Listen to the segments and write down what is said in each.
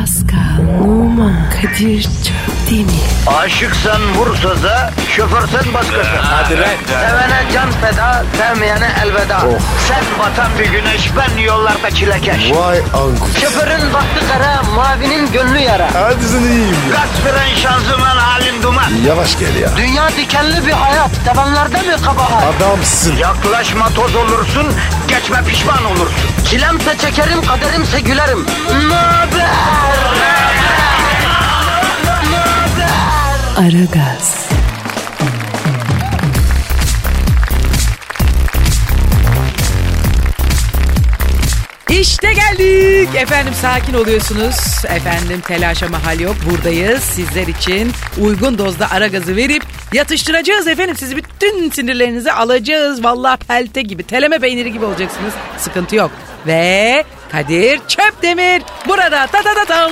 Pascal, Oman, Kadir Çöpdemir. Aşıksan vursa da, şoförsen başkasın. Hadi lan. Sevene can feda, sevmeyene elveda. Sen batan bir güneş, ben yollarda çilekeş. Vay anku. Şoförün baktı kara, mavinin gönlü yara. Hadi sen iyiyim ya. Kasperen şanzıman halin duman. Yavaş gel ya. Dünya dikenli bir hayat, sevenlerde mi kabahar? Adamsın. Yaklaşma toz olursun, geçme pişman olursun. Çilemse çekerim, kaderimse gülerim. Möber! Aragaz. İşte geldik. Efendim sakin oluyorsunuz. Efendim telaşa mahal yok. Buradayız. Sizler için uygun dozda ara gazı verip yatıştıracağız efendim. Sizi bütün sinirlerinizi alacağız. Vallahi pelte gibi, teleme peyniri gibi olacaksınız. Sıkıntı yok. Ve Kadir Çöpdemir burada. Ta ta ta tam.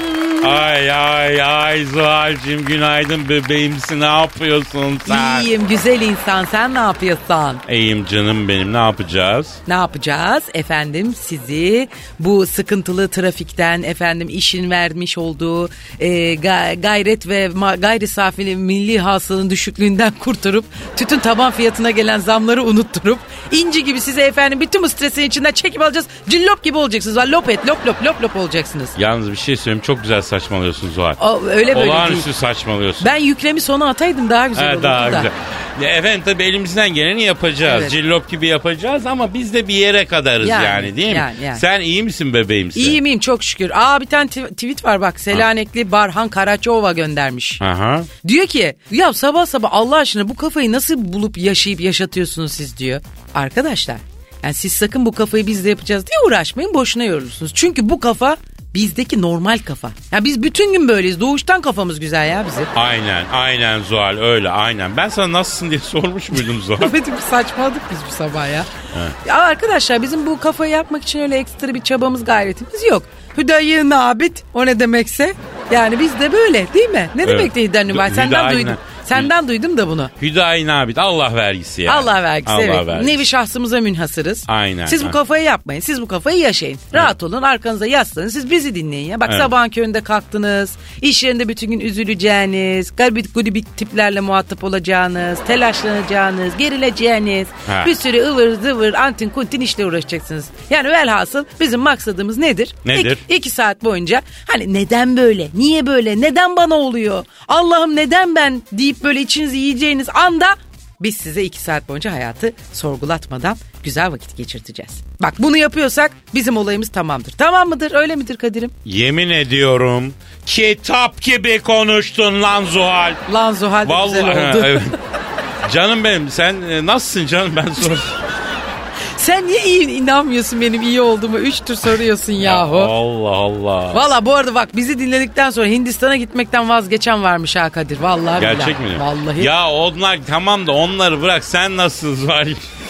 Ay Zuhal'cığım günaydın bebeğimsi, ne yapıyorsun sen? İyiyim güzel insan, sen ne yapıyorsun? İyiyim canım benim, ne yapacağız? Ne yapacağız? Efendim sizi bu sıkıntılı trafikten, efendim işin vermiş olduğu gayret ve gayri safi milli hasılanın düşüklüğünden kurtarıp tütün taban fiyatına gelen zamları unutturup inci gibi size efendim bütün bu stresin içinden çekip alacağız. Cillop gibi olacaksınız. Lop et lop olacaksınız. Yalnız bir şey söyleyeyim, çok güzel saçmalıyorsun Zuhal. Öyle böyle olağanüstü değil. Saçmalıyorsun. Ben yüklemi sona ataydım daha güzel olurdu daha da. güzel. Efendim tabii elimizden geleni yapacağız. Evet. Cillop gibi yapacağız ama biz de bir yere kadarız yani değil mi? Yani. Sen iyi misin bebeğim sen? İyiyim çok şükür. Bir tane tweet var bak. Selanikli Barhan Karaçova göndermiş. Aha. Diyor ki ya sabah sabah Allah aşkına bu kafayı nasıl bulup yaşayıp yaşatıyorsunuz siz diyor. Arkadaşlar yani siz sakın bu kafayı biz de yapacağız diye uğraşmayın, boşuna yorulursunuz. Çünkü bu kafa bizdeki normal kafa. Ya biz bütün gün böyleyiz. Doğuştan kafamız güzel ya bizim. Aynen Zuhal, öyle aynen. Ben sana nasılsın diye sormuş muydum Zuhal? Evet, saçmaladık biz bu sabah ya. Ya arkadaşlar bizim bu kafayı yapmak için öyle ekstra bir çabamız, gayretimiz yok. Hüdayi nabit, o ne demekse. Yani biz de böyle değil mi? Ne demek de Hüdayi nabit? Senden duydum. Senden duydum da bunu. Hüdayi nabit, Allah vergisi yani. Allah vergisi, evet. Vergisi. Nevi şahsımıza münhasırız. Aynen. Siz bu kafayı yapmayın. Siz bu kafayı yaşayın. Rahat olun, arkanıza yaslanın. Siz bizi dinleyin ya. Bak sabahın köründe kalktınız. İş yerinde bütün gün üzüleceğiniz, garibik tiplerle muhatap olacağınız, telaşlanacağınız, gerileceğiniz, bir sürü ıvır zıvır antin kuntin işle uğraşacaksınız. Yani velhasıl bizim maksadımız nedir? Nedir? 2 saat boyunca hani neden böyle, niye böyle, neden bana oluyor, Allah'ım neden ben deyip böyle içinizi yiyeceğiniz anda biz size 2 saat boyunca hayatı sorgulatmadan güzel vakit geçirteceğiz. Bak bunu yapıyorsak bizim olayımız tamamdır. Tamam mıdır? Öyle midir Kadir'im? Yemin ediyorum kitap gibi konuştun lan Zuhal. Lan Zuhal de güzel oldu. Evet. Canım benim, sen nasılsın canım, ben sor. Sen niye inanmıyorsun benim iyi olduğumu? 3 tur soruyorsun yahu. Allah. Valla bu arada bak bizi dinledikten sonra Hindistan'a gitmekten vazgeçen varmış ha Kadir. Vallahi gerçek billahi. mi? Vallahi. Ya onlar tamam da onları bırak, sen nasılsın Zuhal?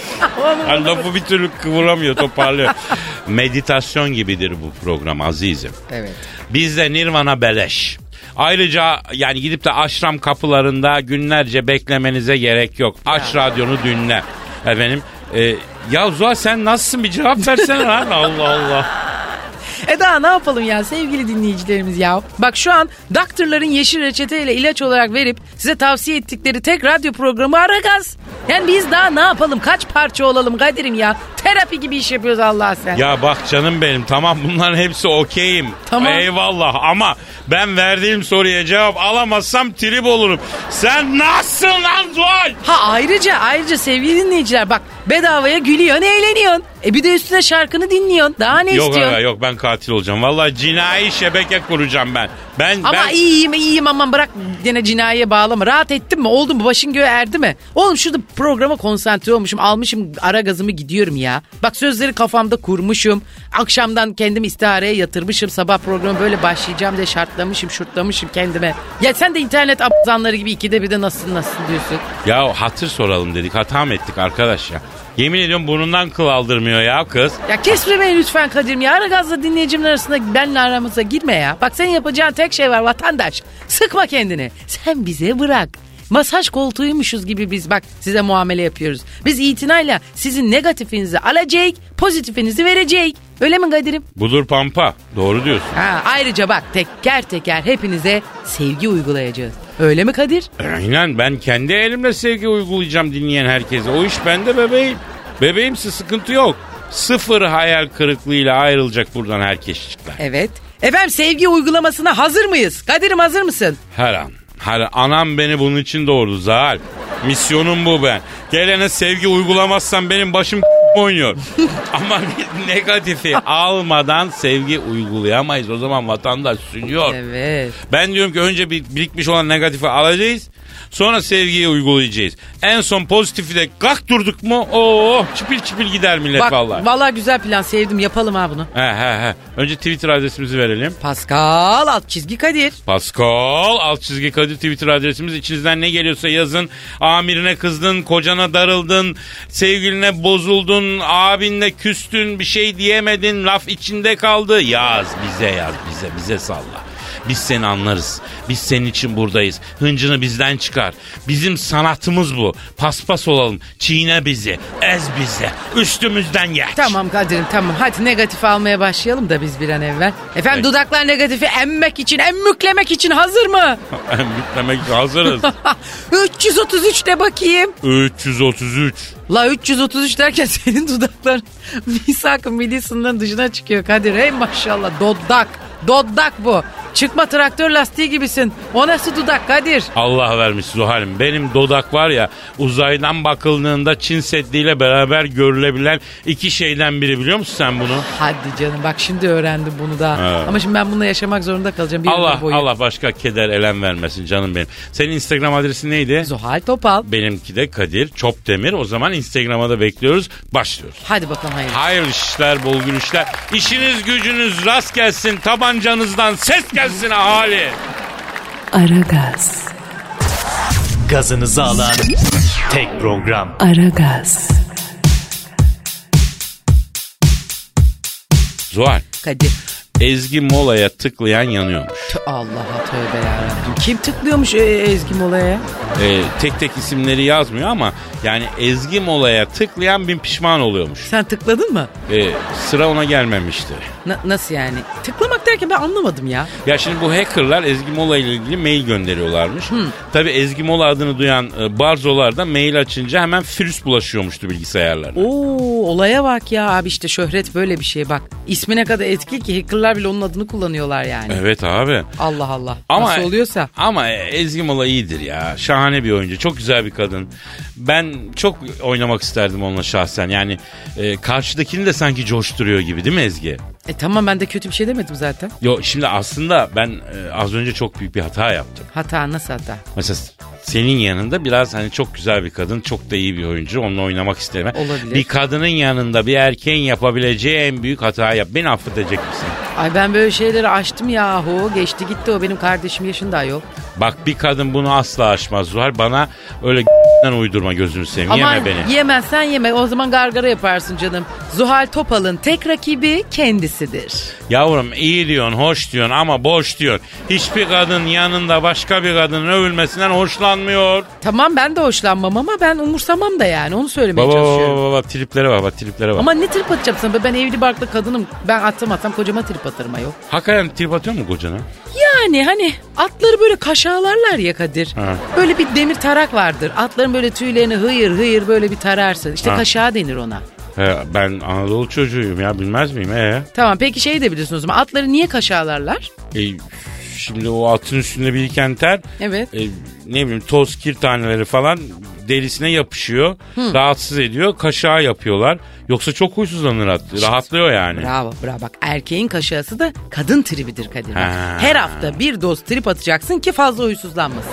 Lafı bir türlü kıvıramıyor, toparlıyor. Meditasyon gibidir bu program azizim. Evet. Bizde Nirvana beleş. Ayrıca yani gidip de aşram kapılarında günlerce beklemenize gerek yok. Aç radyonu dinle. Efendim ya Zuhal sen nasılsın, bir cevap versene lan. Allah. Daha ne yapalım ya sevgili dinleyicilerimiz ya. Bak şu an doktorların yeşil reçeteyle ilaç olarak verip size tavsiye ettikleri tek radyo programı Aragaz. Yani biz daha ne yapalım, kaç parça olalım Kadir'im ya. Terapi gibi iş yapıyoruz Allah sen. Ya bak canım benim, tamam bunların hepsi okeyim. Tamam. Eyvallah ama ben verdiğim soruya cevap alamazsam trip olurum. Sen nasılsın lan Zuhal? Ayrıca sevgili dinleyiciler bak bedavaya gülüyorsun, eğleniyorsun. Bir de üstüne şarkını dinliyorsun. Daha ne istiyorsun? Yok ben katil olacağım. Vallahi cinayi şebeke kuracağım ben. Ama iyiyim aman bırak gene cinayiye bağlama. Rahat ettin mi? Oldu mu? Başın göğe erdi mi? Oğlum şurada programa konsantre olmuşum. Almışım ara gazımı gidiyorum ya. Bak sözleri kafamda kurmuşum. Akşamdan kendimi istihareye yatırmışım. Sabah programı böyle başlayacağım diye şurtlamışım kendime. Ya sen de internet abzanları gibi ikide bir de nasılsın diyorsun. Ya hatır soralım dedik. Hata mı ettik arkadaş ya? Yemin ediyorum burnundan kıl aldırmıyor ya kız. Ya kesme beni lütfen Kadir'im ya. Aragaz'la dinleyicimin arasında benimle aramıza girme ya. Bak senin yapacağın tek şey var vatandaş. Sıkma kendini. Sen bize bırak. masaj koltuğuymuşuz gibi biz bak size muamele yapıyoruz. Biz itinayla sizin negatifinizi alacak, pozitifinizi verecek. Öyle mi Kadir'im? Budur pampa. Doğru diyorsun. Ayrıca bak teker teker hepinize sevgi uygulayacağız. Öyle mi Kadir? Aynen, ben kendi elimle sevgi uygulayacağım dinleyen herkese. O iş bende bebeğim. Bebeğimse sıkıntı yok. Sıfır hayal kırıklığıyla ayrılacak buradan herkesçikler. Evet. Efendim sevgi uygulamasına hazır mıyız? Kadir'im hazır mısın? Her an. Anam beni bunun için doğurdu Zal. Misyonum bu ben. Gelene sevgi uygulamazsam benim başım oynuyor. Ama biz negatifi almadan sevgi uygulayamayız. O zaman vatandaş sürüyor. Evet. Ben diyorum ki önce bir birikmiş olan negatifi alacağız. Sonra sevgiyi uygulayacağız. En son pozitifi de kalk durduk mu? Çipil çipil gider millet vallahi. Vallahi güzel plan, sevdim, yapalım ha bunu. He. Önce Twitter adresimizi verelim. Pascal _Kadir. Pascal _Kadir Twitter adresimiz. İçinizden ne geliyorsa yazın. Amirine kızdın, kocana darıldın, sevgiline bozuldun, abinle küstün, bir şey diyemedin, laf içinde kaldı. Yaz bize salla. Biz seni anlarız. Biz senin için buradayız. Hıncını bizden çıkar. Bizim sanatımız bu. Paspas olalım. Çiğne bizi. Ez bizi. Üstümüzden geç. Tamam Kadir'im tamam. Hadi negatif almaya başlayalım da biz bir an evvel. Efendim Evet. Dudaklar negatifi emmmek için, emmüklemek için hazır mı? Emmüklemek hazırız. 333 de bakayım. 333. La 333 derken senin dudaklar misak-ı milli sınırın dışına çıkıyor Kadir. Hey maşallah Doddak bu. Çıkma traktör lastiği gibisin. O nasıl dudak Kadir? Allah vermiş Zuhal'im. Benim dudak var ya, uzaydan bakıldığında Çin Seddi'yle beraber görülebilen iki şeyden biri, biliyor musun sen bunu? Hadi canım bak şimdi öğrendim bunu da. Evet. Ama şimdi ben bununla yaşamak zorunda kalacağım bir ömür boyu. Allah başka keder elem vermesin canım benim. Senin Instagram adresin neydi? Zuhal Topal. Benimki de Kadir Çopdemir. O zaman Instagram'a da bekliyoruz. Başlıyoruz. Hadi bakalım hayır. Hayırlı işler, bol gülüşler. İşiniz gücünüz rast gelsin. Tabancanızdan ses gelsin ahali. Aragaz. Gazınızı alan tek program. Aragaz. Zuhal. Kadir. Ezgi Mola'ya tıklayan yanıyormuş. Allah'a tövbe yarabbim. Kim tıklıyormuş Ezgi Mola'ya? Tek tek isimleri yazmıyor ama yani Ezgi Mola'ya tıklayan bin pişman oluyormuş. Sen tıkladın mı? Sıra ona gelmemişti. Nasıl yani? Tıklamak derken ben anlamadım ya. Ya şimdi bu hackerlar Ezgi Mola ile ilgili mail gönderiyorlarmış. Tabii Ezgi Mola adını duyan barzolar da mail açınca hemen virüs bulaşıyormuştu bilgisayarlarına. Olaya bak ya abi, işte şöhret böyle bir şey bak. İsmine kadar etkili ki hackerlar bile onun adını kullanıyorlar yani. Evet abi. Allah Allah. Ama, nasıl oluyorsa. Ama Ezgi Mola iyidir ya. Şahane bir oyuncu. Çok güzel bir kadın. Ben çok oynamak isterdim onunla şahsen. Yani karşıdakini de sanki coşturuyor gibi değil mi Ezgi? Tamam ben de kötü bir şey demedim zaten. Yo şimdi aslında ben az önce çok büyük bir hata yaptım. Hata nasıl hata? Mesela senin yanında biraz hani çok güzel bir kadın, çok da iyi bir oyuncu. Onunla oynamak isterim. Olabilir. Bir kadının yanında bir erkeğin yapabileceği en büyük hata yap. Beni affedecek misin? Ay ben böyle şeyleri aştım yahu. Geçti gitti o, benim kardeşim yaşında yok. Bak bir kadın bunu asla aşmaz Zuhal. Bana öyle uydurma, gözünü seveyim. Ama yeme beni. yemezsen yeme, o zaman gargara yaparsın canım. Zuhal Topal'ın tek rakibi kendisidir. Yavrum iyi diyorsun, hoş diyorsun ama boş diyorsun. Hiçbir kadın yanında başka bir kadının övülmesinden hoşlanmıyor. Tamam ben de hoşlanmam ama ben umursamam da yani, onu söylemeye çalışıyorum. Baba triplere bak. Ama ne trip atacağım sana? Ben evli barklı kadınım. Ben atsam kocama trip atarım ayol. Hakikaten trip atıyor mu kocana? Yani hani atları böyle kaşağılarlar ya Kadir. Ha. Böyle bir demir tarak vardır. Atların böyle tüylerini hıyır böyle bir tararsın. İşte kaşağı denir ona. Ben Anadolu çocuğuyum ya, bilmez miyim? Tamam peki şey de biliyorsunuz ama atları niye kaşağılarlar? Şimdi o atın üstünde biriken ter, Evet. ne bileyim toz kir taneleri falan derisine yapışıyor. Rahatsız ediyor. Kaşağı yapıyorlar. Yoksa çok huysuzlanır at. Rahatlıyor yani. Bravo bak, erkeğin kaşağısı da kadın tribidir Kadir. Ha. Her hafta bir doz trip atacaksın ki fazla huysuzlanmasın.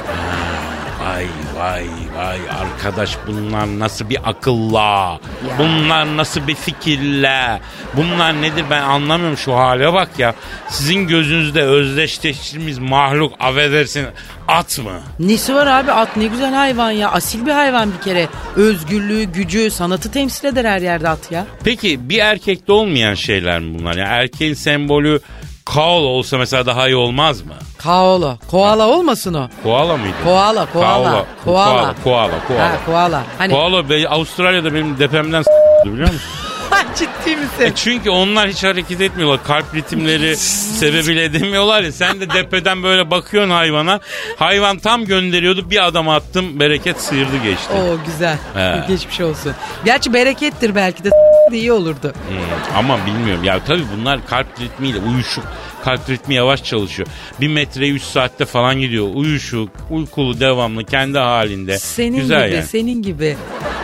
Vay arkadaş, bunlar nasıl bir akılla, bunlar nasıl bir fikirle, bunlar nedir ben anlamıyorum, şu hale bak ya. Sizin gözünüzde özdeşleştiğimiz mahluk affedersin at mı? Nesi var abi, at ne güzel hayvan ya, asil bir hayvan bir kere. Özgürlüğü, gücü, sanatı temsil eder her yerde at ya. Peki bir erkekte olmayan şeyler mi bunlar? Yani erkeğin sembolü Kaolo olsa mesela daha iyi olmaz mı? Kaolo. Koala olmasın o. Koala mıydı? Koala. Koala. Koala. Hani... Koala Avustralya'da benim depremden biliyor musun? Ciddi misin? Çünkü onlar hiç hareket etmiyorlar. Kalp ritimleri sebebiyle edemiyorlar ya. Sen de tepeden böyle bakıyorsun hayvana. Hayvan tam gönderiyordu. Bir adım attım. Bereket sıyırdı geçti. Oo güzel. Geçmiş olsun. Gerçi berekettir belki de iyi olurdu. Ama bilmiyorum. Ya tabii bunlar kalp ritmiyle uyuşuk. Kalp ritmi yavaş çalışıyor. 1 metre 3 saatte falan gidiyor. Uyuşuk, uykulu, devamlı, kendi halinde. Senin güzel gibi, yani. senin gibi.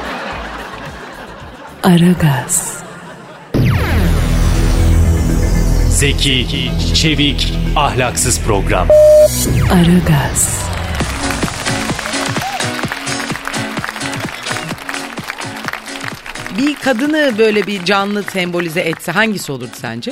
Aragaz. Zeki, çevik, ahlaksız program. Aragaz. Bir kadını böyle bir canlı sembolize etse hangisi olurdu sence?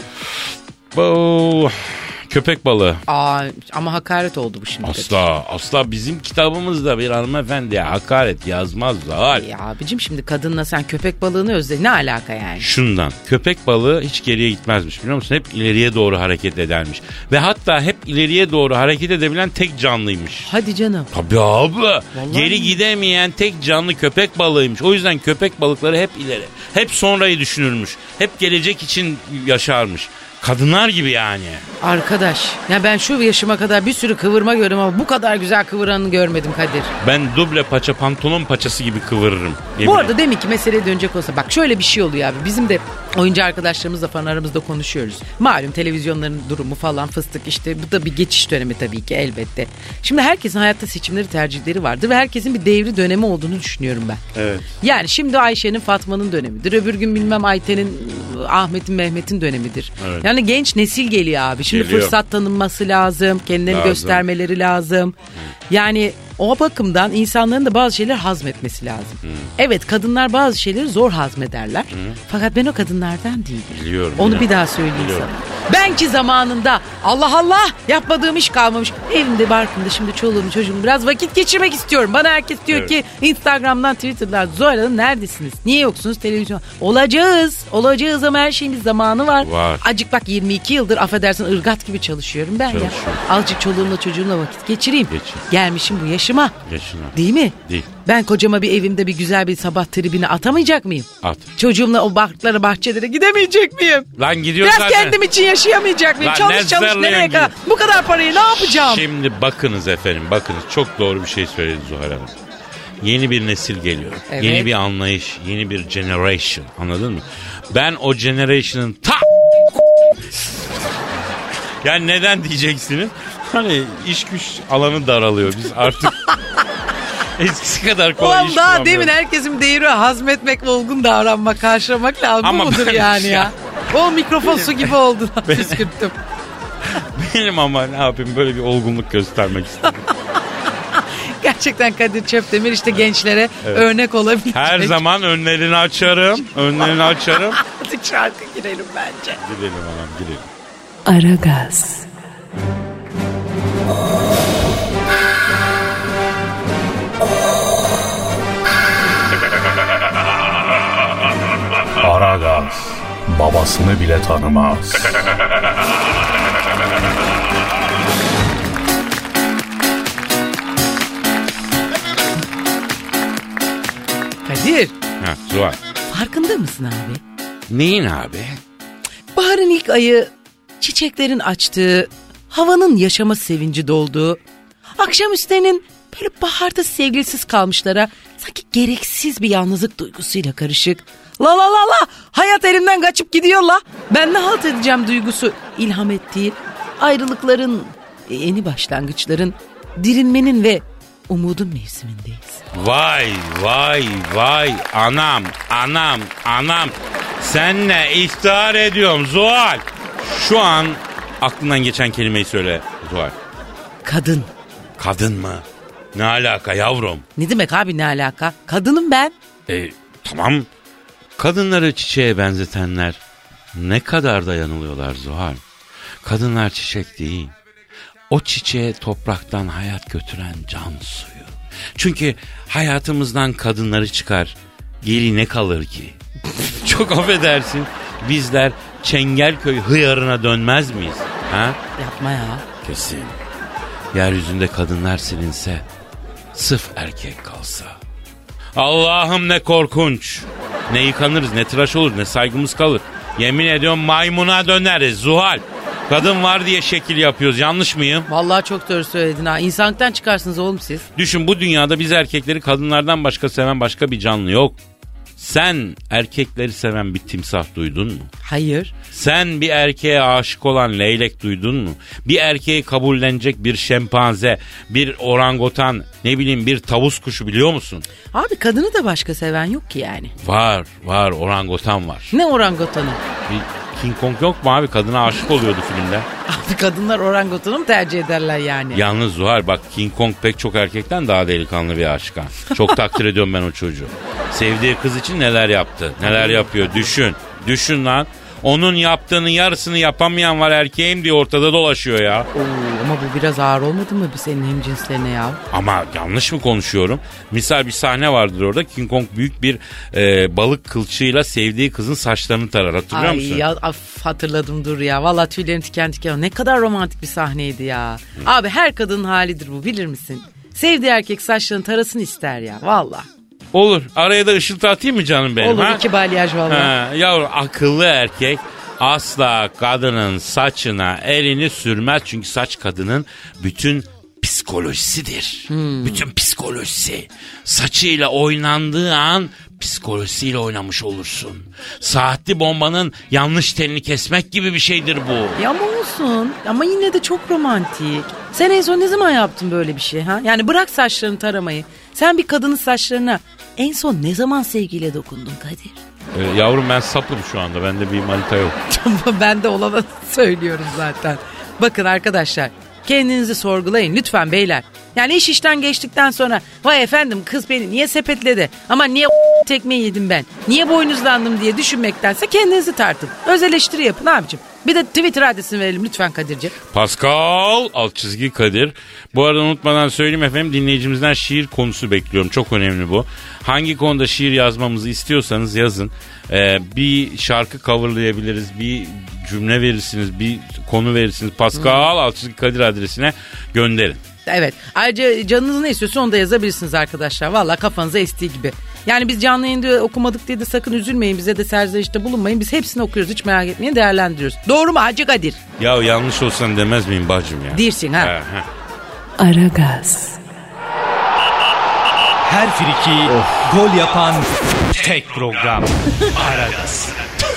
Bu köpek balığı. Ama hakaret oldu bu şimdi. Asla bizim kitabımızda bir hanımefendiye hakaret yazmaz Zuhal. Ya abicim şimdi kadınla sen köpek balığını özle, ne alaka yani? Şundan, köpek balığı hiç geriye gitmezmiş biliyor musun? Hep ileriye doğru hareket edermiş. Ve hatta hep ileriye doğru hareket edebilen tek canlıymış. Hadi canım. Tabii abi. Vallahi Geri gidemeyen tek canlı köpek balığıymış. O yüzden köpek balıkları hep ileri. Hep sonrayı düşünürmüş. Hep gelecek için yaşarmış. Kadınlar gibi yani. Arkadaş ya ben şu yaşıma kadar bir sürü kıvırma gördüm ama bu kadar güzel kıvıranı görmedim Kadir. Ben duble paça pantolon paçası gibi kıvırırım. Bu arada demin ki meseleye dönecek olsa bak şöyle bir şey oluyor abi. Bizim de oyuncu arkadaşlarımızla falan aramızda konuşuyoruz. Malum televizyonların durumu falan fıstık işte bu da bir geçiş dönemi tabii ki elbette. Şimdi herkesin hayatta seçimleri tercihleri vardır ve herkesin bir devri dönemi olduğunu düşünüyorum ben. Evet. Yani şimdi Ayşe'nin Fatma'nın dönemidir. Öbür gün bilmem Ayten'in Ahmet'in Mehmet'in dönemidir. Evet. Yani genç nesil geliyor abi. Şimdi geliyor. Fırsat tanınması lazım. Kendilerini göstermeleri lazım. Yani o bakımdan insanların da bazı şeyler hazmetmesi lazım. Evet kadınlar bazı şeyleri zor hazmederler. Fakat ben o kadınlardan değilim. Biliyorum. Onu bir daha söyleyeyim sana. Ben ki zamanında Allah yapmadığım iş kalmamış. Evimde barkımda şimdi çoluğumu çocuğumu biraz vakit geçirmek istiyorum. Bana herkes diyor ki Instagram'dan Twitter'dan Zuhal Hanım neredesiniz? Niye yoksunuz televizyon? Olacağız ama her şeyin bir zamanı var. Acık bak 22 yıldır affedersin ırgat gibi çalışıyorum ben ya. Azıcık çoluğumla çocuğumla vakit geçireyim. Gelmişim bu yaşıma. Değil mi? Değil. Ben kocama bir evimde bir güzel bir sabah tribini atamayacak mıyım? At. Çocuğumla o parklara bahçelere gidemeyecek miyim? Lan gidiyor biraz zaten. Kendim için yaşayamayacak mıyım? Lan Çalış nereye kadar? Bu kadar parayı ne yapacağım? Şimdi bakınız efendim çok doğru bir şey söyledi Zuhal Hanım. Yeni bir nesil geliyor. Evet. Yeni bir anlayış, yeni bir generation. Anladın mı? Ben o generation'ın yani neden diyeceksiniz? Hani iş güç alanı daralıyor. Biz artık eskisi kadar kolay iş daha bulamıyoruz. demin herkesin değeri hazmetmek, olgun davranmak, karşılamak lazım. Ama bu mudur yani ya? O mikrofon su gibi oldu. Püskürttüm. Benim ama ne yapayım böyle bir olgunluk göstermek istedim. Gerçekten Kadir Çöpdemir işte gençlere örnek olabilecek. Her zaman önlerini açarım. Artık şarkı girelim bence. Girelim anam girelim. Aragaz. Aragaz babasını bile tanımaz. Kadir. Zuhal. Farkında mısın abi? Neyin abi? Baharın ilk ayı, çiçeklerin açtığı, havanın yaşama sevinci dolduğu, akşamüstlerinin böyle baharda sevgilisiz kalmışlara sanki gereksiz bir yalnızlık duygusuyla karışık. La hayat elimden kaçıp gidiyor la. Ben ne halt edeceğim duygusu ilham ettiği, ayrılıkların, yeni başlangıçların, dirilmenin ve umudun mevsimindeyiz. Vay anam. Seninle iftihar ediyorum Zuhal. Şu an aklından geçen kelimeyi söyle Zuhal. Kadın. Kadın mı? Ne alaka yavrum? Ne demek abi ne alaka? Kadınım ben. Tamam. Kadınları çiçeğe benzetenler ne kadar da yanılıyorlar Zuhal. Kadınlar çiçek değil. O çiçeğe topraktan hayat götüren can suyu. Çünkü hayatımızdan kadınları çıkar. Geri ne kalır ki? Çok affedersin. bizler Çengelköy hıyarına dönmez miyiz? Ha? Yapma ya. Kesin. Yeryüzünde kadınlar silinse, sırf erkek kalsa. Allah'ım ne korkunç. Ne yıkanırız, ne tıraş olur, ne saygımız kalır. Yemin ediyorum maymuna döneriz Zuhal. Kadın var diye şekil yapıyoruz, yanlış mıyım? Vallahi çok doğru söyledin ha. İnsanlıktan çıkarsınız oğlum siz. Düşün, bu dünyada biz erkekleri kadınlardan başka seven başka bir canlı yok. Sen erkekleri seven bir timsah duydun mu? Hayır. Sen bir erkeğe aşık olan leylek duydun mu? Bir erkeği kabullenecek bir şempanze, bir orangutan, ne bileyim bir tavus kuşu biliyor musun? Abi kadını da başka seven yok ki yani. Var orangutan var. Ne orangutanı? Bir King Kong yok mu abi? Kadına aşık oluyordu filmde. Abi kadınlar orangutanı mı tercih ederler yani? Yalnız Zuhal bak, King Kong pek çok erkekten daha delikanlı bir aşık ha. Çok takdir ediyorum ben o çocuğu. Sevdiği kız için neler yaptı, neler yapıyor düşün. Düşün lan. Onun yaptığının yarısını yapamayan var erkeğim diye ortada dolaşıyor ya. Oo, ama bu biraz ağır olmadı mı senin hemcinslerine ya? Ama yanlış mı konuşuyorum? Misal bir sahne vardır orada. King Kong büyük bir balık kılçığıyla sevdiği kızın saçlarını tarar. Hatırlıyor musun? Ay ya, hatırladım dur ya. Vallahi tüylerim tiken tiken. Ne kadar romantik bir sahneydi ya. Abi her kadının halidir bu, bilir misin? Sevdiği erkek saçlarını tarasını ister ya. Vallahi. Olur. Araya da ışıltı atayım mı canım benim? Olur, ha? 2 balyaj vallahi. Yavrum, akıllı erkek asla kadının saçına elini sürmez. Çünkü saç kadının bütün psikolojisidir. Bütün psikolojisi. Saçıyla oynandığı an psikolojisiyle oynamış olursun. Saatli bombanın yanlış telini kesmek gibi bir şeydir bu. Ya ama olsun. Ama yine de çok romantik. Sen en son ne zaman yaptın böyle bir şey ha? Yani bırak saçlarını taramayı. Sen bir kadının saçlarına en son ne zaman sevgiyle dokundun Kadir? Yavrum ben sapım şu anda. Bende bir manita yok. Ben de olanı söylüyorum zaten. Bakın arkadaşlar, kendinizi sorgulayın lütfen beyler. Yani iş işten geçtikten sonra vay efendim kız beni niye sepetledi, ama niye tekmeyi yedim ben, niye boynuzlandım diye düşünmektense kendinizi tartın. Öz eleştiri yapın abicim. Bir de Twitter adresini verelim lütfen Kadir'ciğim. Pascal _Kadir. Bu arada unutmadan söyleyeyim efendim, dinleyicimizden şiir konusu bekliyorum. Çok önemli bu. Hangi konuda şiir yazmamızı istiyorsanız yazın. Bir şarkı coverlayabiliriz, bir cümle verirsiniz, bir konu verirsiniz. Pascal _Kadir adresine gönderin. Evet. Ayrıca canınız ne istiyorsa onu da yazabilirsiniz arkadaşlar. Vallahi kafanıza estiği gibi. Yani biz canlı yayında okumadık diye de sakın üzülmeyin. Bize de serzenişte bulunmayın. Biz hepsini okuyoruz. Hiç merak etmeyin, değerlendiriyoruz. Doğru mu Hacı Kadir? Ya yanlış olsan demez miyim bacım ya? Dirsin ha. Aragaz. Her friki gol yapan tek program. Aragaz.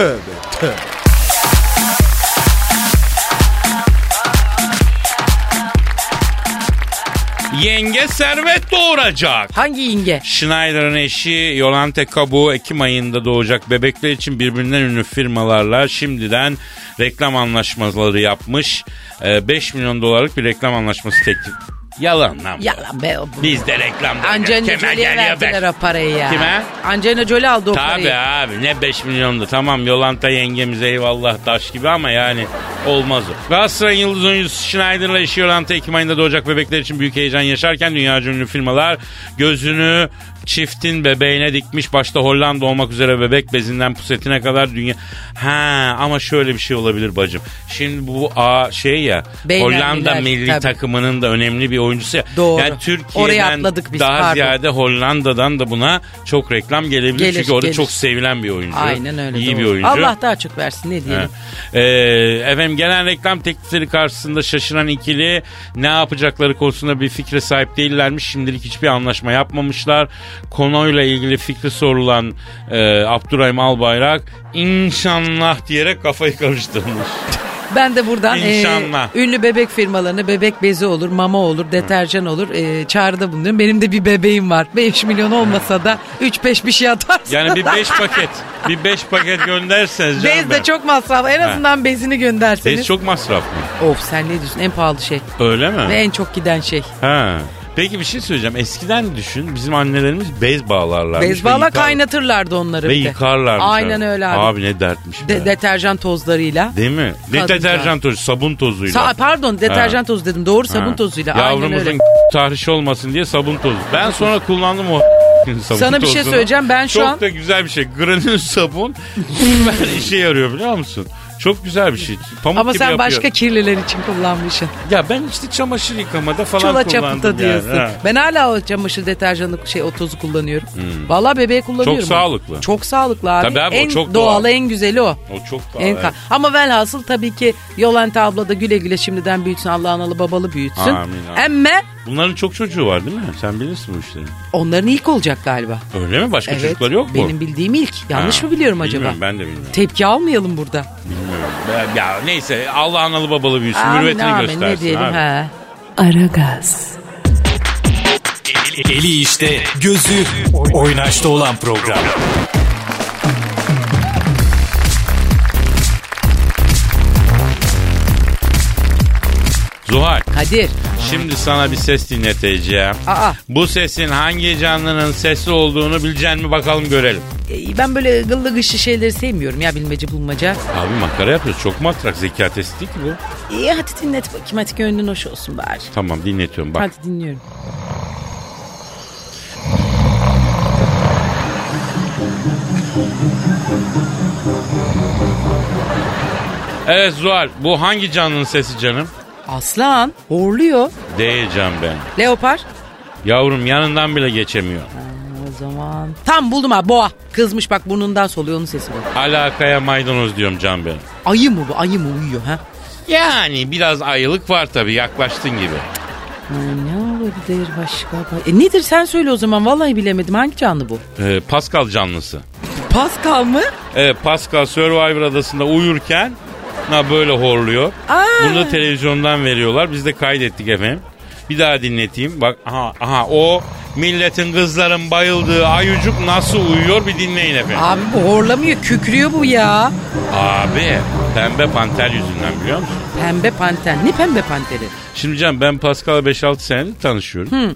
Yenge servet doğuracak. Hangi yenge? Schneider'ın eşi Yolande Kabu Ekim ayında doğacak bebekler için birbirinden ünlü firmalarla şimdiden reklam anlaşmaları yapmış. 5 milyon dolarlık bir reklam anlaşması teklif. Yalan lan bu. Yalan be. Biz de reklamda. Angelina Jolie'ye verdiler o parayı ya. Kime? Angelina Jolie aldı o parayı. Tabii abi, ne 5 milyondu. Tamam Yolanda yengemize eyvallah taş gibi ama yani olmaz o. Galatasaray'ın yıldız oyuncusu Schneider'la eşi Yolanda Ekim ayında doğacak bebekler için büyük heyecan yaşarken dünyaca ünlü firmalar gözünü çiftin bebeğine dikmiş. Başta Hollanda olmak üzere bebek bezinden pusetine kadar dünya... Ama şöyle bir şey olabilir bacım. Şimdi bu Hollanda milli tabii. Takımının da önemli bir oyuncusu ya. Doğru. Yani Türkiye'den daha ziyade Hollanda'dan da buna çok reklam gelebilir. Çünkü orada çok sevilen bir oyuncu. Aynen öyle. İyi doğru. bir oyuncu. Allah daha çok versin, ne diyelim. Efendim gelen reklam teklifleri karşısında şaşıran ikili ne yapacakları konusunda bir fikre sahip değillermiş. Şimdilik hiçbir anlaşma yapmamışlar. Konuyla ilgili fikri sorulan Abdurrahim Albayrak inşallah diyerek kafayı karıştırmış. Ben de buradan ünlü bebek firmalarına bebek bezi olur, mama olur, deterjan olur çağrıda bulunuyorum. Benim de bir bebeğim var. 5 milyon olmasa da 3-5 bir şey atarsın. Yani bir 5 paket gönderseniz canım. Bez de çok masraflı. En azından bezini gönderseniz. Bez çok masraflı. Of, sen ne diyorsun? En pahalı şey. Öyle mi? Ve en çok giden şey. Peki bir şey söyleyeceğim. Eskiden düşün, bizim annelerimiz bez bağlarlarmış. Bez bağlar kaynatırlardı onları. Ve yıkarlarmış. Aynen öyle abi. Abi ne dertmiş be. Deterjan tozlarıyla. Değil mi? Ne deterjan tozu? Sabun tozuyla. Pardon, deterjan tozu dedim. Doğru, sabun tozuyla. Yavrumuzun aynen öyle. tahriş olmasın diye sabun tozu. Ben sonra kullandım o Sana bir şey söyleyeceğim, ben şu an... Çok da güzel bir şey. Granül sabun işe yarıyor biliyor musun? Çok güzel bir şey. Pamuk Ama gibi sen yapıyor. başka kirliler için kullanmışsın. Ya ben işte çamaşır yıkamada falan Çula kullandım çapıta diyorsun. yani. Ben hala o çamaşır deterjanı o tozu kullanıyorum. Vallahi bebeğe kullanıyorum. Çok sağlıklı. Çok sağlıklı abi. Tabii abi, en o çok doğalı, doğal. en güzeli o. O çok doğal. Evet. Ama velhasıl tabii ki Yolanta abla da güle güle şimdiden büyütsün. Allah analı babalı büyütsün. Amin. Emme Bunların çok çocuğu var değil mi? Sen bilirsin bu işleri. onların ilk olacak galiba. Öyle mi? Başka Evet, çocukları yok mu? benim bildiğim ilk. Yanlış mı biliyorum acaba? Bilmiyorum, ben de bilmiyorum. Tepki almayalım burada. Bilmiyorum. Ya neyse, Allah analı babalı büyüsün. Amin, Mürüvvetini amin, göstersin. ne diyelim abi. ha. Aragaz, Eli işte, gözü oynaşta olan program. Zuhal, Kadir. şimdi sana bir ses dinleteceğim. Aa. Bu sesin hangi canlının sesi olduğunu bileceksin mi bakalım görelim. Ben böyle gıllı gışı şeyleri sevmiyorum ya, bilmece bulmaca. Abi makara yapıyoruz. Çok matrak, zeka testi değil ki bu. İyi hadi dinlet bakayım, hadi gönlün hoş olsun bari. Tamam, dinletiyorum bak. Hadi dinliyorum. Evet Zuhal, bu hangi canlının sesi canım? Aslan horluyor. Değil can ben. Leopar. Yavrum yanından bile geçemiyor. O zaman. Tam buldum ha, boğa. Kızmış bak, burnundan soluyor, onun sesi bu. Alakaya maydanoz diyorum can ben. Ayı mı bu? Ayı mı uyuyor ha? Yani biraz ayılık var tabii, yaklaştın gibi. Ne olabilir başka? Nedir sen söyle o zaman, vallahi bilemedim. Hangi canlı bu? Pascal canlısı. Pascal mı? Evet, Pascal Survivor adasında uyurken böyle horluyor. Bunu da televizyondan veriyorlar. Biz de kaydettik efendim. Bir daha dinleteyim. Bak aha o milletin, kızların bayıldığı ayucuk nasıl uyuyor bir dinleyin efendim. Abi bu horlamıyor, kükrüyor bu ya. Abi pembe panter yüzünden biliyor musun? Pembe panter. Ne pembe panteri? Şimdi canım, ben Pascal'la 5-6 senedir tanışıyorum.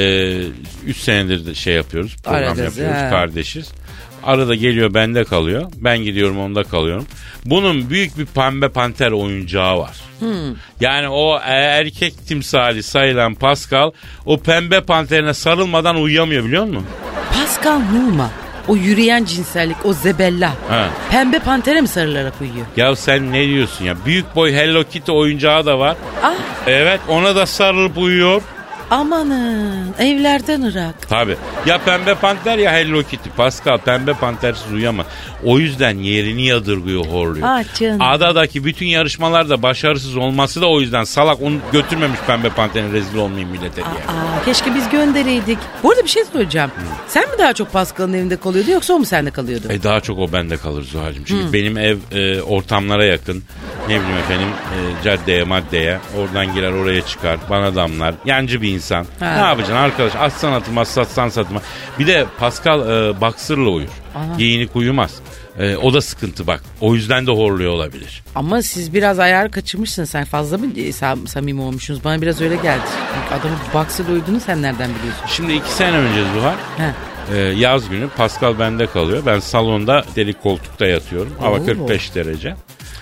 3 senedir de şey yapıyoruz. Program Aragaz, yapıyoruz. he. Kardeşiz. Arada geliyor bende kalıyor. Ben gidiyorum onda kalıyorum. Bunun büyük bir pembe panter oyuncağı var. Yani o erkek timsali sayılan Pascal o pembe panterine sarılmadan uyuyamıyor biliyor musun? Pascal Numa. O yürüyen cinsellik, o zebella. Ha. Pembe pantere mi sarılarak uyuyor? Ya sen ne diyorsun ya? Büyük boy Hello Kitty oyuncağı da var. Ah, Evet, ona da sarılıp uyuyor. amanın, evlerden ırak. Tabii. Ya pembe panter ya Hello Kitty. Pascal pembe pantersiz uyuyamaz. O yüzden yerini yadırgıyor, horluyor. Ah canım. Adadaki bütün yarışmalarda başarısız olması da o yüzden. Salak onu götürmemiş pembe panterin, rezil olmayayım millete diye. Keşke biz göndereydik. Bu arada bir şey söyleyeceğim. Sen mi daha çok Pascal'ın evinde kalıyordu, yoksa o mu sende kalıyordu? Daha çok o bende kalır Zuhal'cığım. Çünkü benim ev ortamlara yakın. Ne bileyim efendim, caddeye maddeye. Oradan girer oraya çıkar. Bana damlar. Yancı bir insan. Ha. Ne yapacaksın arkadaş? Atsan atılmaz, satsan satılmaz. Bir de Pascal boxer'la uyur. Giyinik uyumaz. O da sıkıntı bak. O yüzden de horluyor olabilir. Ama siz biraz ayar kaçırmışsın. Sen fazla mı samimi olmuşsunuz? Bana biraz öyle geldi. Adamın boxer'la uyuduğunu sen nereden biliyorsun? Şimdi 2 sene önce Zuhal, yaz günü Pascal bende kalıyor. Ben salonda deri koltukta yatıyorum. Hava Oo. 45 derece.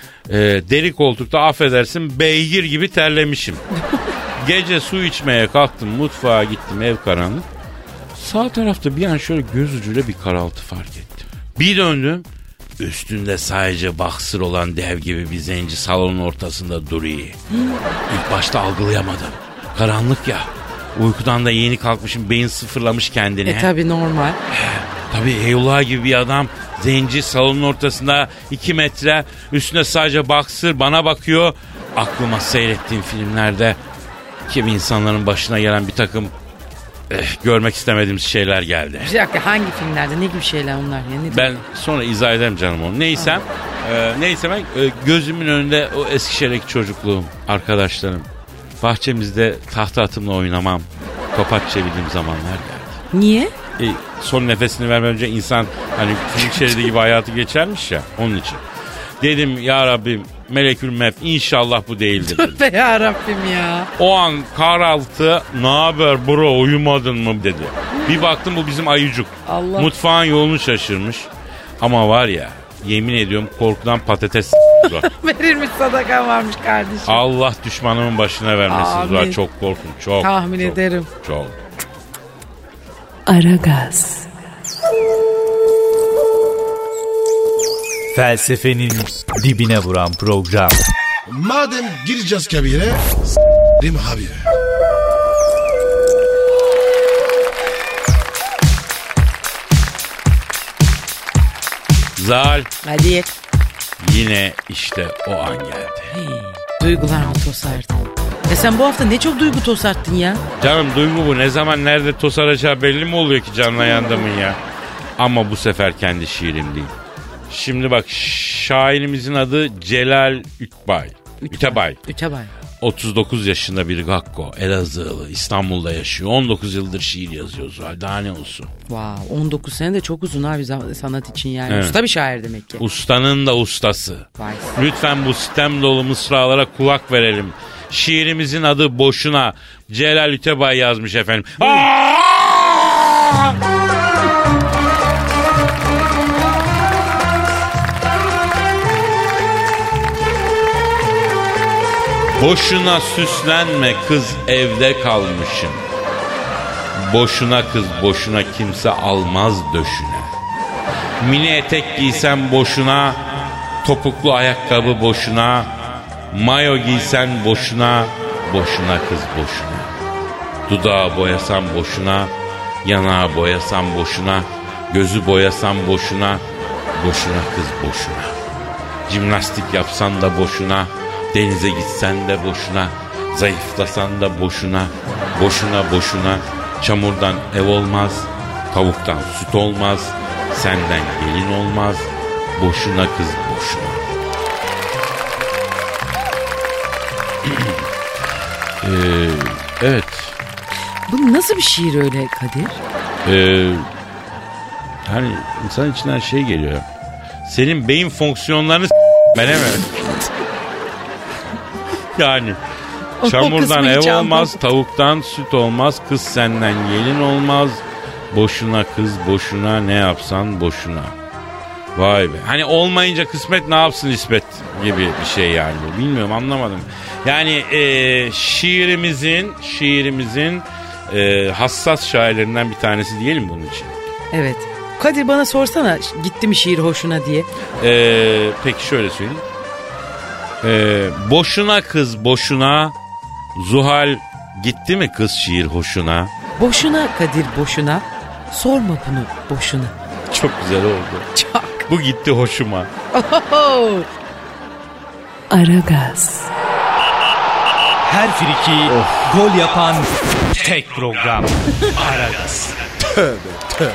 Deri koltukta affedersin beygir gibi terlemişim. Gece su içmeye kalktım, mutfağa gittim, ev karanlık. Sağ tarafta bir an şöyle göz ucuyla bir karaltı fark ettim. Bir döndüm, üstünde sadece boxer olan dev gibi bir zenci salonun ortasında duruyor. İlk başta algılayamadım. Karanlık ya. Uykudan da yeni kalkmışım, beyin sıfırlamış kendini. Tabii normal. Tabii Eyullah gibi bir adam, zenci salonun ortasında 2 metre, üstüne sadece boxer, bana bakıyor. Aklıma seyrettiğim filmlerde kimi insanların başına gelen bir takım görmek istemediğimiz şeyler geldi. Bir dakika, hangi filmlerde, ne gibi şeyler onlar ya? Ben sonra izah ederim canım onu. Neyse ben gözümün önünde o Eskişehir'deki çocukluğum, arkadaşlarım, bahçemizde tahta atımla oynamam, topaç çevirdiğim zamanlar geldi. Niye? Son nefesini vermeden önce insan hani film şeridi gibi hayatı geçermiş ya, onun için. Dedim ya Rabbim, melekül mevt, inşallah bu değildir. Be ya Rabbim ya. O an karaltı, ne haber bro, uyumadın mı dedi. Bir baktım bu bizim ayıcık. Allah. Mutfağın yolunu şaşırmış. Ama var ya, yemin ediyorum korkudan patates Verilmiş sadaka varmış kardeşim. Allah düşmanımın başına vermesin. Amin. Zuhal, çok korkun, çok. Tahmin çok, ederim. Çok. Aragaz. Felsefenin dibine vuran program. Madem gireceğiz kabire, s***rim abi. Zal, Hadi. yine işte o an geldi. Duygular mı tosardı? Sen bu hafta ne çok duygu tosarttın ya. Canım duygu bu. Ne zaman nerede tosaracağı belli mi oluyor ki canlayan adamın ya? Ama bu sefer kendi şiirim değil. Şimdi bak, şairimizin adı Celal Ütebay. Ütebay. 39 yaşında bir gakko. Elazığlı. İstanbul'da yaşıyor. 19 yıldır şiir yazıyor Zuhal. Daha ne olsun? Wow, 19 sene de çok uzun abi sanat için yani. Evet. Usta bir şair demek ki. Ustanın da ustası. Vay. Lütfen bu sitem dolu mısralara kulak verelim. Şiirimizin adı boşuna. Celal Ütebay yazmış efendim. Boşuna süslenme kız, evde kalmışım. Boşuna kız, boşuna kimse almaz döşüne. Mini etek giysen boşuna, topuklu ayakkabı boşuna. Mayo giysen boşuna, boşuna kız boşuna. Dudağı boyasan boşuna, yanağı boyasan boşuna. Gözü boyasan boşuna, boşuna kız boşuna. Jimnastik yapsan da boşuna. Denize gitsen de boşuna, zayıflasan da boşuna, boşuna boşuna. Çamurdan ev olmaz, tavuktan süt olmaz, senden gelin olmaz, boşuna kız boşuna. Evet. Bu nasıl bir şiir öyle Kadir? Hani insan içinden şey geliyor. Senin beyin fonksiyonlarını bana mı? Yani çamurdan ev olmaz, tavuktan süt olmaz, kız senden gelin olmaz. Boşuna kız boşuna, ne yapsan boşuna. Vay be. Hani olmayınca kısmet ne yapsın İsmet gibi bir şey yani bu. Bilmiyorum, anlamadım. Yani şiirimizin hassas şairlerinden bir tanesi diyelim bunun için. Evet. Kadir bana sorsana, gitti mi şiir hoşuna diye. Peki şöyle söyleyeyim. Boşuna kız boşuna, Zuhal gitti mi kız şiir hoşuna? Boşuna Kadir boşuna, sorma bunu boşuna. Çok güzel oldu. Çok. Bu gitti hoşuma. Aragaz. Her friki gol yapan tek program. Aragaz. Tövbe.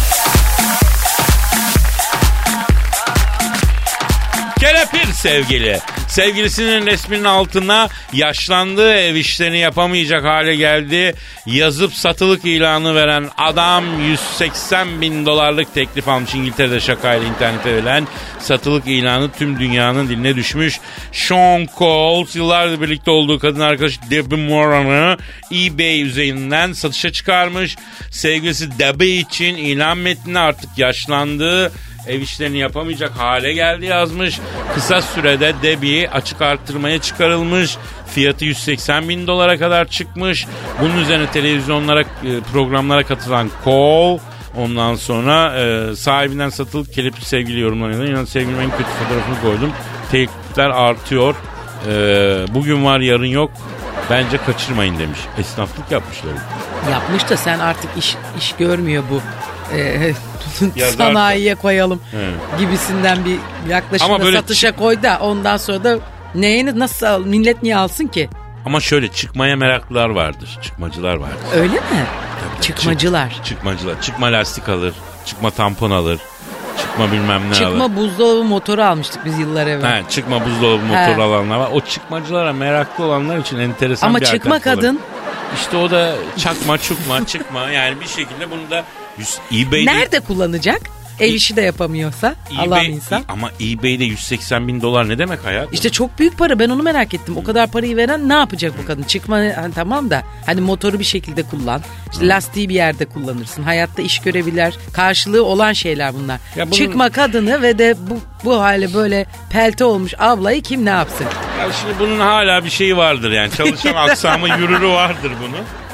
Kelepir sevgili. Sevgilisinin resminin altına yaşlandığı ev işlerini yapamayacak hale geldi. Yazıp satılık ilanı veren adam $180.000 teklif almış. İngiltere'de şakayla internete verilen satılık ilanı tüm dünyanın diline düşmüş. Sean Coles yıllardır birlikte olduğu kadın arkadaşı Debbie Moran'ı eBay üzerinden satışa çıkarmış. Sevgilisi Debbie için ilan metnine artık yaşlandığı ev işlerini yapamayacak hale geldi yazmış. Kısa sürede Debbie açık arttırmaya çıkarılmış. Fiyatı $180.000 kadar çıkmış. Bunun üzerine televizyonlara, programlara katılan Cole, ondan sonra sahibinden satılık kelepir sevgili yorumlarıyla yine sevgilim en kötü fotoğrafını koydum. Teklifler artıyor. Bugün var yarın yok. Bence kaçırmayın demiş. Esnaflık yapmışlar. Yapmış da sen artık iş görmüyor bu. Sanayiye koyalım gibisinden bir yaklaşımda böyle satışa koy da ondan sonra da neyini nasıl millet niye alsın ki? Ama şöyle çıkmaya meraklılar vardır. Çıkmacılar vardır. Öyle mi? Tabii, Çıkmacılar. Çıkmacılar. Çıkma lastik alır. Çıkma tampon alır. Çıkma bilmem ne alır. Çıkma buzdolabı motoru almıştık biz yıllar evvel. Çıkma buzdolabı motoru alanlar var. O çıkmacılara meraklı olanlar için enteresan ama bir çıkma kadın. Olur. İşte o da çıkma yani bir şekilde bunu da eBay'de... Nerede kullanacak? Ev işi de yapamıyorsa Allah'ın insan. Ama eBay'de $180.000 ne demek hayat? İşte çok büyük para, ben onu merak ettim. O kadar parayı veren ne yapacak bu kadın? Çıkma hani tamam da hani motoru bir şekilde kullan. İşte lastiği bir yerde kullanırsın. Hayatta iş görebilir. Karşılığı olan şeyler bunlar. Ya bunun... Çıkma kadını ve de bu hale böyle pelte olmuş ablayı kim ne yapsın? Ya şimdi bunun hala bir şeyi vardır yani. Çalışan aksamı yürürü vardır bunun.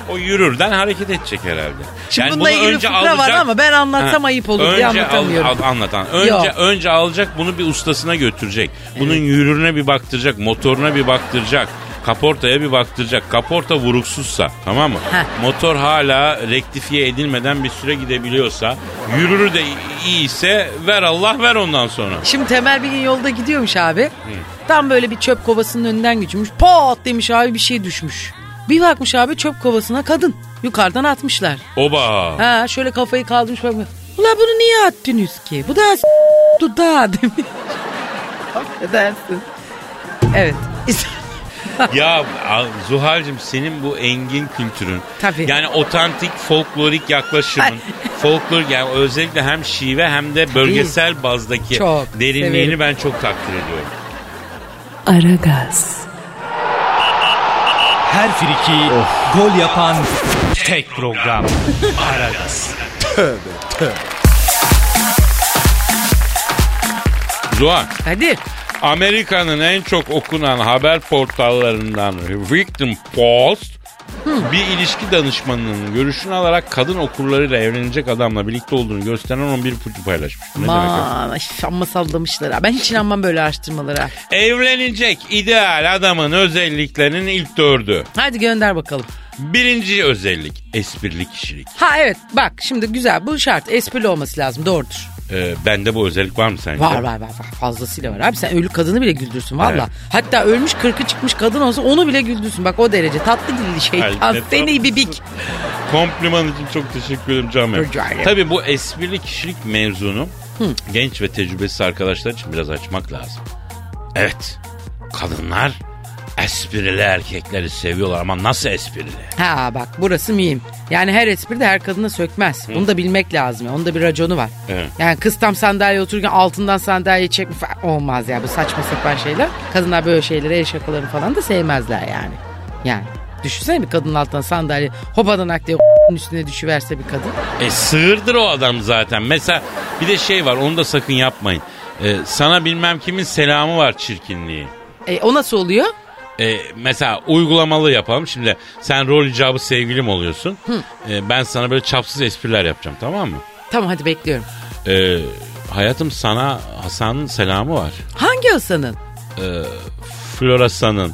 O yürürden hareket edecek herhalde. Şimdi bununla ilgili fıkra var ama ben anlatsam ayıp olur diye anlatamıyorum. Anlatan. Önce alacak bunu bir ustasına götürecek. Bunun yürürüne bir baktıracak, motoruna bir baktıracak. Kaportaya bir baktıracak. Kaporta vuruksuzsa, tamam mı? Motor hala rektifiye edilmeden bir süre gidebiliyorsa, yürürü de iyiyse ver Allah ver ondan sonra. Şimdi Temel bir gün yolda gidiyormuş abi. Tam böyle bir çöp kovasının önünden geçmiş. Pat demiş abi, bir şey düşmüş. Bir bakmış abi, çöp kovasına kadın. Yukarıdan atmışlar. Oba. Şöyle kafayı kaldırmış bakmış. Ulan bunu niye attınız ki? Bu da dudağı demiş. Affedersin. Evet. Ya Zuhal'cığım, senin bu engin kültürün, tabii, yani otantik folklorik yaklaşımın, folklorik, yani özellikle hem şive hem de bölgesel bazdaki çok derinliğini severim. ben çok takdir ediyorum. Aragaz. Her friki gol yapan tek program. Aragaz. Zuhal, Hadi. Amerika'nın en çok okunan haber portallarından Huffington Post bir ilişki danışmanının görüşünü alarak kadın okurlarıyla evlenecek adamla birlikte olduğunu gösteren 11 ipucu paylaşmış. Ne demek o? Amma sallamışlar ha. Ben hiç inanmam böyle araştırmalara. Evlenecek ideal adamın özelliklerinin ilk 4'ü. Hadi gönder bakalım. Birinci özellik, esprili kişilik. Evet bak şimdi güzel, bu şart, esprili olması lazım, doğrudur. Bende bu özellik var mı sence? Var fazlasıyla var abi, sen ölü kadını bile güldürsün valla. Evet. Hatta ölmüş 40'ı çıkmış kadın olsa onu bile güldürsün, bak o derece tatlı dilli şeytan seni bibik. Kompliman için çok teşekkür ederim canım. Rica ederim. Tabii bu esprili kişilik mevzunu genç ve tecrübesiz arkadaşlar için biraz açmak lazım. Evet, kadınlar esprili erkekleri seviyorlar ama nasıl esprili? Bak burası mühim. Yani her espri de her kadına sökmez. Bunu da bilmek lazım. Onun da bir raconu var. Evet. Yani kız tam sandalyeye otururken altından sandalye çekme olmaz ya. Bu saçma sapan şeyler. Kadınlar böyle şeyleri, el şakalarını falan da sevmezler yani. Yani düşünsene, bir kadının altından sandalye hopadan diye üstüne düşüverse bir kadın. Sığırdır o adam zaten. Mesela bir de şey var, onu da sakın yapmayın. Sana bilmem kimin selamı var çirkinliği. O nasıl oluyor? Mesela uygulamalı yapalım. Şimdi sen rol icabı sevgilim oluyorsun. Ben sana böyle çapsız espriler yapacağım, tamam mı? Tamam, hadi bekliyorum. Hayatım, sana Hasan'ın selamı var. Hangi Hasan'ın? Florasan'ın.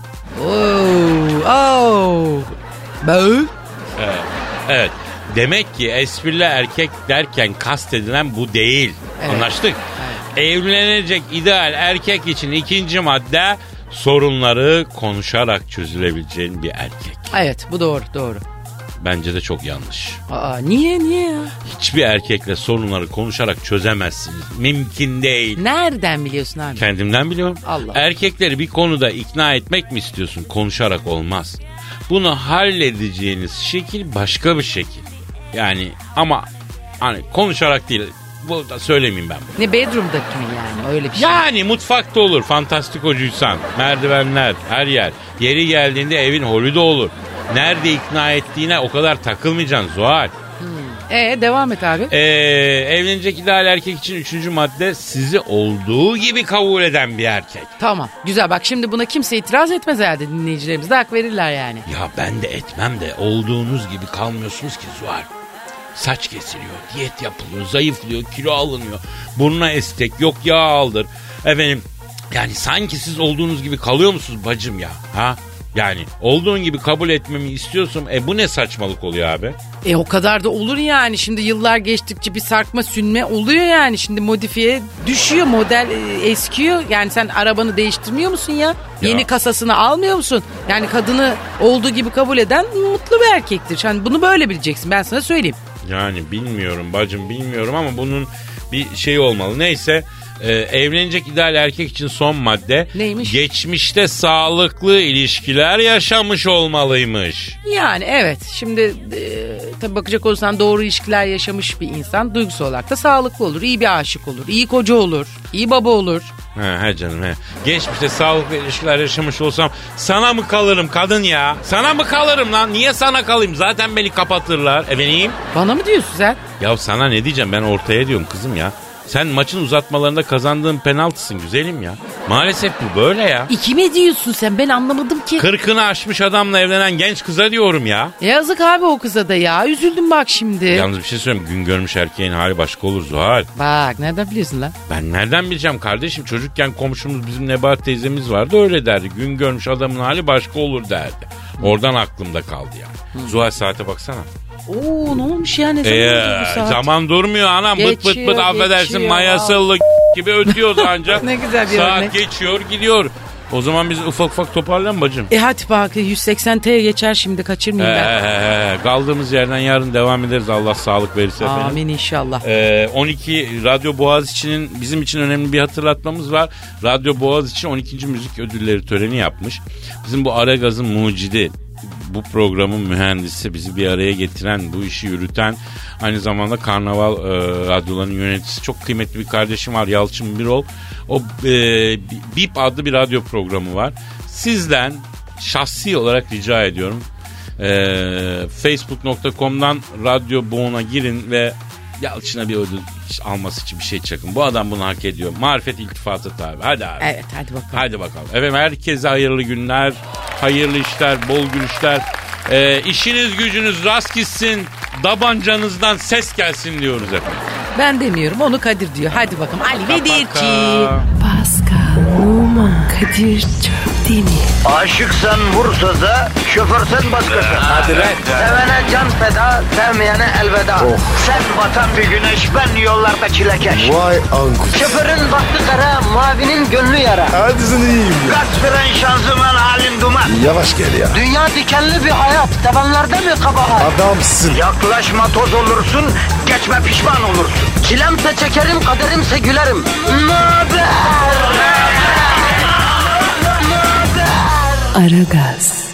Evet. Demek ki esprili erkek derken kastedilen bu değil. Evet. Anlaştık. Evet. Evlenecek ideal erkek için ikinci madde, sorunları konuşarak çözülebileceğin bir erkek. Evet, bu doğru. Bence de çok yanlış. Niye ya? Hiçbir erkekle sorunları konuşarak çözemezsiniz. Mümkün değil. Nereden biliyorsun abi? Kendimden biliyorum. Allah. Erkekleri bir konuda ikna etmek mi istiyorsun? Konuşarak olmaz. Bunu halledeceğiniz şekil başka bir şekil. Yani ama hani konuşarak değil. Bu da söylemeyeyim ben bunu. Ne, bedroom'daki mi yani, öyle bir şey? Yani mutfakta olur, fantastikocuysan, merdivenler, her yer. Yeri geldiğinde evin holü de olur. Nerede ikna ettiğine o kadar takılmayacaksın Zuhal. Devam et abi. Evlenecek ideal erkek için 3. madde, sizi olduğu gibi kabul eden bir erkek. Tamam, güzel, bak şimdi buna kimse itiraz etmez herhalde, dinleyicilerimiz de hak verirler yani. Ya ben de etmem de olduğunuz gibi kalmıyorsunuz ki Zuhal. Saç kesiliyor, diyet yapılıyor, zayıflıyor, kilo alınıyor. Burnuna estek, yok yağ aldır. Efendim, yani sanki siz olduğunuz gibi kalıyor musunuz bacım ya? Yani olduğun gibi kabul etmemi istiyorsun. Bu ne saçmalık oluyor abi? O kadar da olur yani. Şimdi yıllar geçtikçe bir sarkma sünme oluyor yani. Şimdi modifiye düşüyor, model eskiyor. Yani sen arabanı değiştirmiyor musun ya? Yeni kasasını almıyor musun? Yani kadını olduğu gibi kabul eden mutlu bir erkektir. Yani bunu böyle bileceksin, ben sana söyleyeyim. Yani bilmiyorum bacım, bilmiyorum ama bunun bir şey olmalı. Neyse, evlenecek ideal erkek için son madde. Neymiş? Geçmişte sağlıklı ilişkiler yaşamış olmalıymış. Yani evet, şimdi tabii bakacak olursan doğru ilişkiler yaşamış bir insan duygusal olarak da sağlıklı olur. İyi bir aşık olur, iyi koca olur, iyi baba olur. He canım he. Geçmişte sağlıklı ilişkiler yaşamış olsam sana mı kalırım kadın ya? Sana mı kalırım lan? Niye sana kalayım? Zaten beni kapatırlar. Efendim? Bana mı diyorsun sen? Ya sana ne diyeceğim, ben ortaya diyorum kızım ya. Sen maçın uzatmalarında kazandığın penaltısın güzelim ya. Maalesef bu böyle ya. Kime diyorsun sen? Ben anlamadım ki. 40'ını aşmış adamla evlenen genç kıza diyorum ya. Yazık abi o kıza da ya. Üzüldüm bak şimdi. Yalnız bir şey söyleyeyim. Gün görmüş erkeğin hali başka olur Zuhal. Bak nereden biliyorsun lan? Ben nereden bileceğim kardeşim? Çocukken komşumuz bizim Nebahat teyzemiz vardı öyle derdi. Gün görmüş adamın hali başka olur derdi. Oradan aklımda kaldı yani. Zuhal saate baksana. Oo ne olmuş ya, ne zaman oldu bu saat? Zaman durmuyor anam. Bıt bıt affedersin mayasıllı gibi ötüyoruz ancak. Ne güzel bir saat örnek. geçiyor gidiyor. O zaman biz ufak ufak toparlayalım bacım. Hadi bak 180T'ye geçer şimdi, kaçırmayayım ben. Kaldığımız yerden yarın devam ederiz Allah sağlık verirse efendim. Amin inşallah. 12 Radyo Boğaziçi'nin bizim için önemli bir hatırlatmamız var. Radyo Boğaziçi 12. Müzik Ödülleri töreni yapmış. Bizim bu Aragaz'ın mucidi, bu programın mühendisi, bizi bir araya getiren, bu işi yürüten, aynı zamanda Karnaval radyolarının yöneticisi çok kıymetli bir kardeşim var, Yalçın Birol. O BIP adlı bir radyo programı var. Sizden şahsi olarak rica ediyorum. Facebook.com'dan Radyo Boğuna girin ve Yalçın'a bir ödül alması için bir şey çakın. Bu adam bunu hak ediyor. Marifet iltifatı tabi. Hadi abi. Evet hadi bakalım. Hadi bakalım. Efendim herkese hayırlı günler, hayırlı işler, bol gülüşler. İşiniz gücünüz rast gitsin, tabancanızdan ses gelsin diyoruz efendim. Ben demiyorum, onu Kadir diyor. Hadi bakalım Ali ve Dirci. Pascal, Oman, Kadir çok değil mi? Aşıksan vursa da, şoförsen başkasın. Hadi lan. Sevene can feda, sevmeyene elveda. Sen batan bir güneş, ben yollarda çilekeş. Vay anku. Şoförün baktı kara, mavinin gönlü yara. Hadi sen iyiyim ya. Kasperen şanzıman halin duman. Yavaş gel ya. Dünya dikenli bir hayat, sevenlerde mi kabahar? Adamsın. Yaklaşma toz olursun, geçme pişman olursun. Çilemse çekerim, kaderimse gülerim. Möber! Aragaz.